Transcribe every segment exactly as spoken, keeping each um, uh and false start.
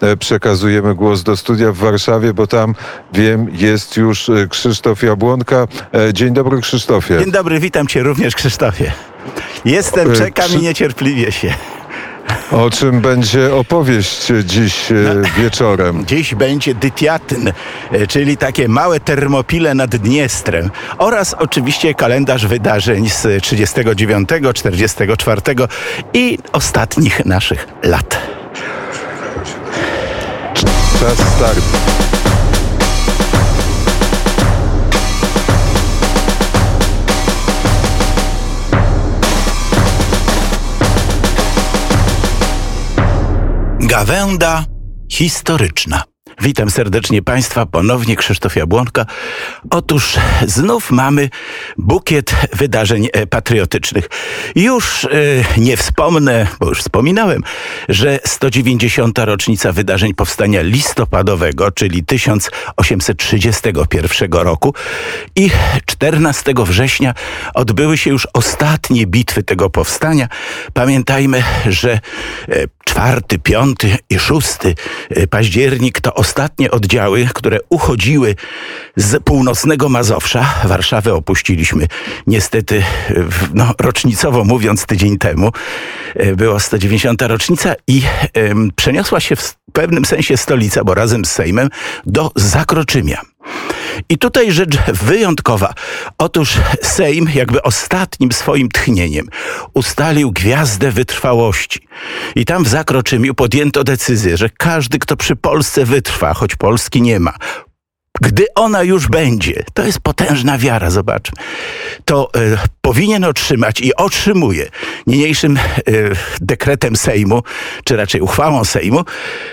przekazujemy głos do studia w Warszawie, bo tam, wiem, jest już Krzysztof Jabłonka. Dzień dobry, Krzysztofie. Dzień dobry, witam cię również, Krzysztofie. Jestem, czekam Krzy... i niecierpliwie się. O czym będzie opowieść dziś no, wieczorem? Dziś będzie Dytiatyn, czyli takie małe Termopile nad Dniestrem, oraz oczywiście kalendarz wydarzeń z trzydziestego dziewiątego, czterdziestego czwartego i ostatnich naszych lat. Czas start. Gawęda historyczna. Witam serdecznie Państwa, ponownie Krzysztof Jabłonka. Otóż znów mamy bukiet wydarzeń patriotycznych. Już yy, nie wspomnę, bo już wspominałem, że sto dziewięćdziesiąta rocznica wydarzeń powstania listopadowego, czyli tysiąc osiemset trzydziestego pierwszego roku, i czternastego września odbyły się już ostatnie bitwy tego powstania. Pamiętajmy, że yy, czwarty, piąty i szósty październik to ostatnie oddziały, które uchodziły z północnego Mazowsza. Warszawę opuściliśmy niestety, no, rocznicowo mówiąc, tydzień temu. Była sto dziewięćdziesiąta rocznica i um, przeniosła się w pewnym sensie stolica, bo razem z Sejmem, do Zakroczymia. I tutaj rzecz wyjątkowa. Otóż Sejm jakby ostatnim swoim tchnieniem ustalił gwiazdę wytrwałości. I tam w Zakroczymiu podjęto decyzję, że każdy, kto przy Polsce wytrwa, choć Polski nie ma, gdy ona już będzie, to jest potężna wiara, zobaczmy, to y, powinien otrzymać i otrzymuje niniejszym y, dekretem Sejmu, czy raczej uchwałą Sejmu,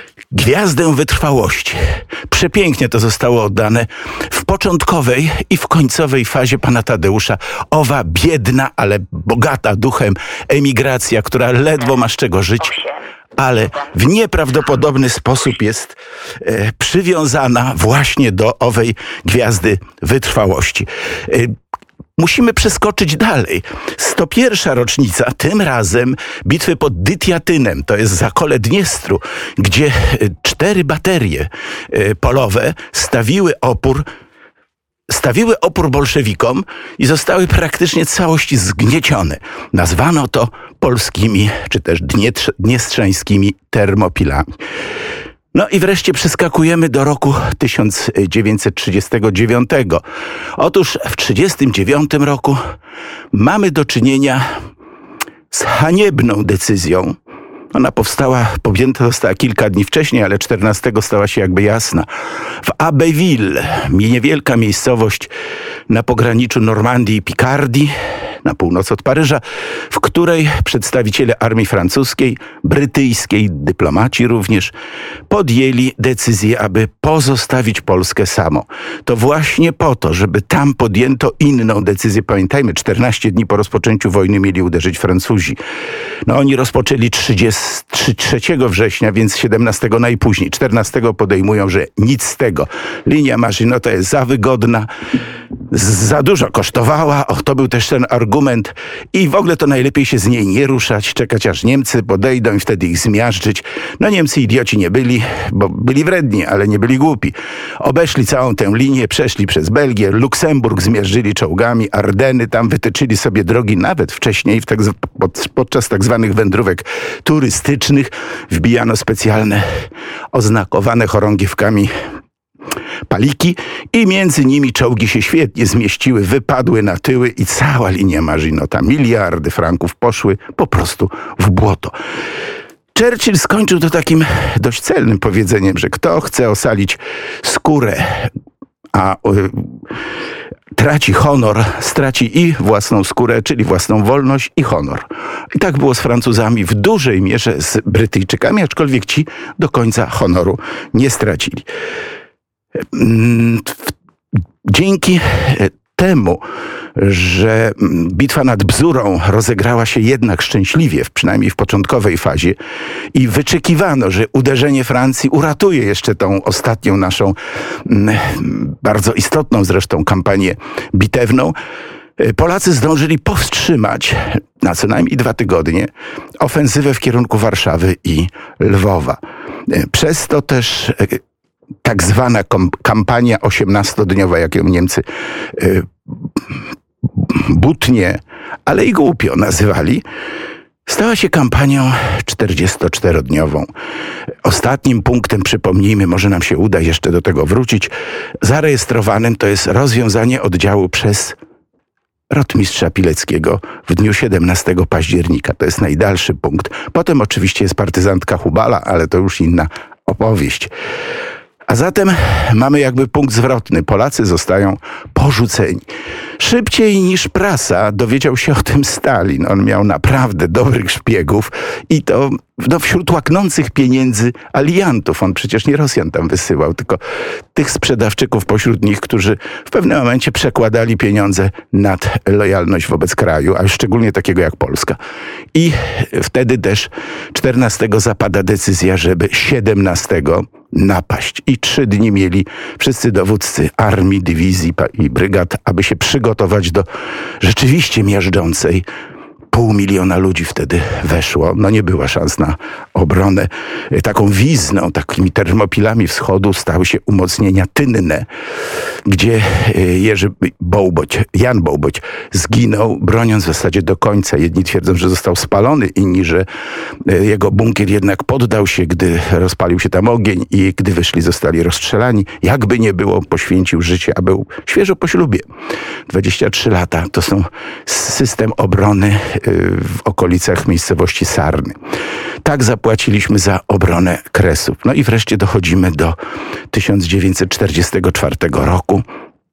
gwiazdę wytrwałości. Przepięknie to zostało oddane w początkowej i w końcowej fazie pana Tadeusza. Owa biedna, ale bogata duchem emigracja, która ledwo ma z czego żyć, ale w nieprawdopodobny sposób jest e, przywiązana właśnie do owej gwiazdy wytrwałości. E, Musimy przeskoczyć dalej. sto pierwsza rocznica, tym razem bitwy pod Dytiatynem, to jest zakole Dniestru, gdzie cztery baterie polowe stawiły opór stawiły opór bolszewikom i zostały praktycznie całości zgniecione. Nazwano to polskimi, czy też dniestrzańskimi termopilami. No i wreszcie przeskakujemy do roku tysiąc dziewięćset trzydziestego dziewiątego. Otóż w tysiąc dziewięćset trzydziestym dziewiątym roku mamy do czynienia z haniebną decyzją. Ona powstała, podjęta została kilka dni wcześniej, ale czternastego stała się jakby jasna. W Abbeville, niewielka miejscowość na pograniczu Normandii i Pikardii, na północ od Paryża, w której przedstawiciele armii francuskiej, brytyjskiej, dyplomaci również, podjęli decyzję, aby pozostawić Polskę samą. To właśnie po to, żeby tam podjęto inną decyzję. Pamiętajmy, czternaście dni po rozpoczęciu wojny mieli uderzyć Francuzi. No oni rozpoczęli trzeciego września, więc siedemnastego najpóźniej. czternastego podejmują, że nic z tego. Linia Maginota jest za wygodna, za dużo kosztowała. O, to był też ten argument. I w ogóle to najlepiej się z niej nie ruszać, czekać aż Niemcy podejdą i wtedy ich zmiażdżyć. No Niemcy idioci nie byli, bo byli wredni, ale nie byli głupi. Obeszli całą tę linię, przeszli przez Belgię, Luksemburg zmierzyli czołgami, Ardeny, tam wytyczyli sobie drogi nawet wcześniej, w tak, pod, podczas tak zwanych wędrówek turystycznych. Wbijano specjalne, oznakowane chorągiewkami paliki i między nimi czołgi się świetnie zmieściły, wypadły na tyły i cała linia Maginota, miliardy franków poszły po prostu w błoto. Churchill skończył to takim dość celnym powiedzeniem, że kto chce osalić skórę, a y, traci honor, straci i własną skórę, czyli własną wolność i honor. I tak było z Francuzami, w dużej mierze z Brytyjczykami, aczkolwiek ci do końca honoru nie stracili. Dzięki temu, że bitwa nad Bzurą rozegrała się jednak szczęśliwie, przynajmniej w początkowej fazie, i wyczekiwano, że uderzenie Francji uratuje jeszcze tą ostatnią naszą, bardzo istotną zresztą kampanię bitewną, Polacy zdążyli powstrzymać na co najmniej dwa tygodnie ofensywę w kierunku Warszawy i Lwowa. Przez to też tak zwana kampania osiemnastodniowa, jak ją Niemcy butnie, ale i głupio nazywali, stała się kampanią czterdziestoczterodniową. Ostatnim punktem, przypomnijmy, może nam się uda jeszcze do tego wrócić, zarejestrowanym to jest rozwiązanie oddziału przez rotmistrza Pileckiego w dniu siedemnastego października. To jest najdalszy punkt. Potem oczywiście jest partyzantka Hubala, ale to już inna opowieść. A zatem mamy jakby punkt zwrotny. Polacy zostają porzuceni. Szybciej niż prasa dowiedział się o tym Stalin. On miał naprawdę dobrych szpiegów i to no, wśród łaknących pieniędzy aliantów. On przecież nie Rosjan tam wysyłał, tylko tych sprzedawczyków pośród nich, którzy w pewnym momencie przekładali pieniądze nad lojalność wobec kraju, a szczególnie takiego jak Polska. I wtedy też czternastego zapada decyzja, żeby siedemnastego napaść. I trzy dni mieli wszyscy dowódcy armii, dywizji i brygad, aby się przygotować do rzeczywiście miażdżącej. Pół miliona ludzi wtedy weszło. No nie była szans na obronę. Taką wizną, takimi termopilami wschodu stały się umocnienia tynne, gdzie Jerzy Bołboć, Jan Bołboć zginął, broniąc w zasadzie do końca. Jedni twierdzą, że został spalony, inni, że jego bunkier jednak poddał się, gdy rozpalił się tam ogień i gdy wyszli, zostali rozstrzelani. Jakby nie było, poświęcił życie, a był świeżo po ślubie. dwadzieścia trzy lata to są system obrony w okolicach miejscowości Sarny. Tak zapłaciliśmy za obronę Kresów. No i wreszcie dochodzimy do tysiąc dziewięćset czterdziestego czwartego roku.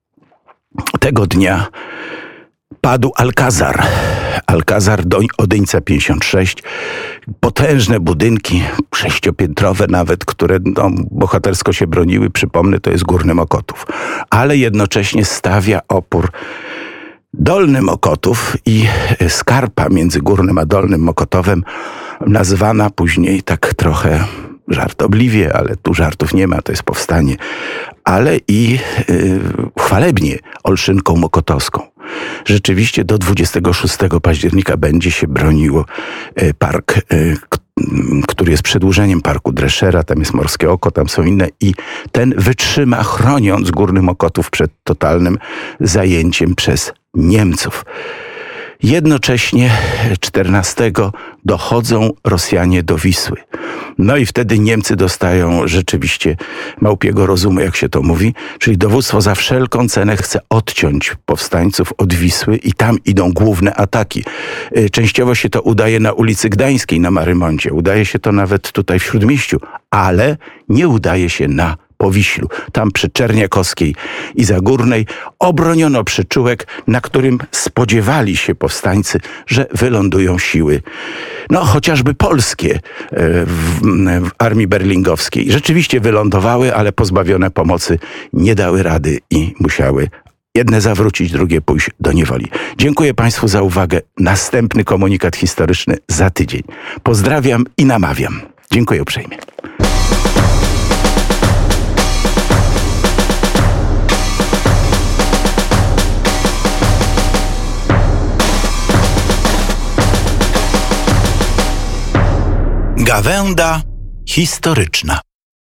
Tego dnia padł Alcazar. Alcazar do Odyńca pięćdziesiąt sześć. Potężne budynki, sześciopiętrowe nawet, które no, bohatersko się broniły. Przypomnę, to jest Górny Mokotów. Ale jednocześnie stawia opór Dolny Mokotów i skarpa między Górnym a Dolnym Mokotowem, nazwana później tak trochę żartobliwie, ale tu żartów nie ma, to jest powstanie, ale i yy, chwalebnie Olszynką Mokotowską. Rzeczywiście do dwudziestego szóstego października będzie się broniło yy, park, yy, który jest przedłużeniem parku Dreschera, tam jest Morskie Oko, tam są inne i ten wytrzyma, chroniąc Górny Mokotów przed totalnym zajęciem przez Niemców. Jednocześnie czternastego dochodzą Rosjanie do Wisły. No i wtedy Niemcy dostają rzeczywiście małpiego rozumu, jak się to mówi, czyli dowództwo za wszelką cenę chce odciąć powstańców od Wisły i tam idą główne ataki. Częściowo się to udaje na ulicy Gdańskiej, na Marymoncie, udaje się to nawet tutaj w Śródmieściu, ale nie udaje się na Powiślu. Tam przy Czerniakowskiej i Zagórnej obroniono przyczółek, na którym spodziewali się powstańcy, że wylądują siły, no chociażby polskie w, w armii berlingowskiej. Rzeczywiście wylądowały, ale pozbawione pomocy nie dały rady i musiały jedne zawrócić, drugie pójść do niewoli. Dziękuję Państwu za uwagę. Następny komunikat historyczny za tydzień. Pozdrawiam i namawiam. Dziękuję uprzejmie. Gawęda historyczna.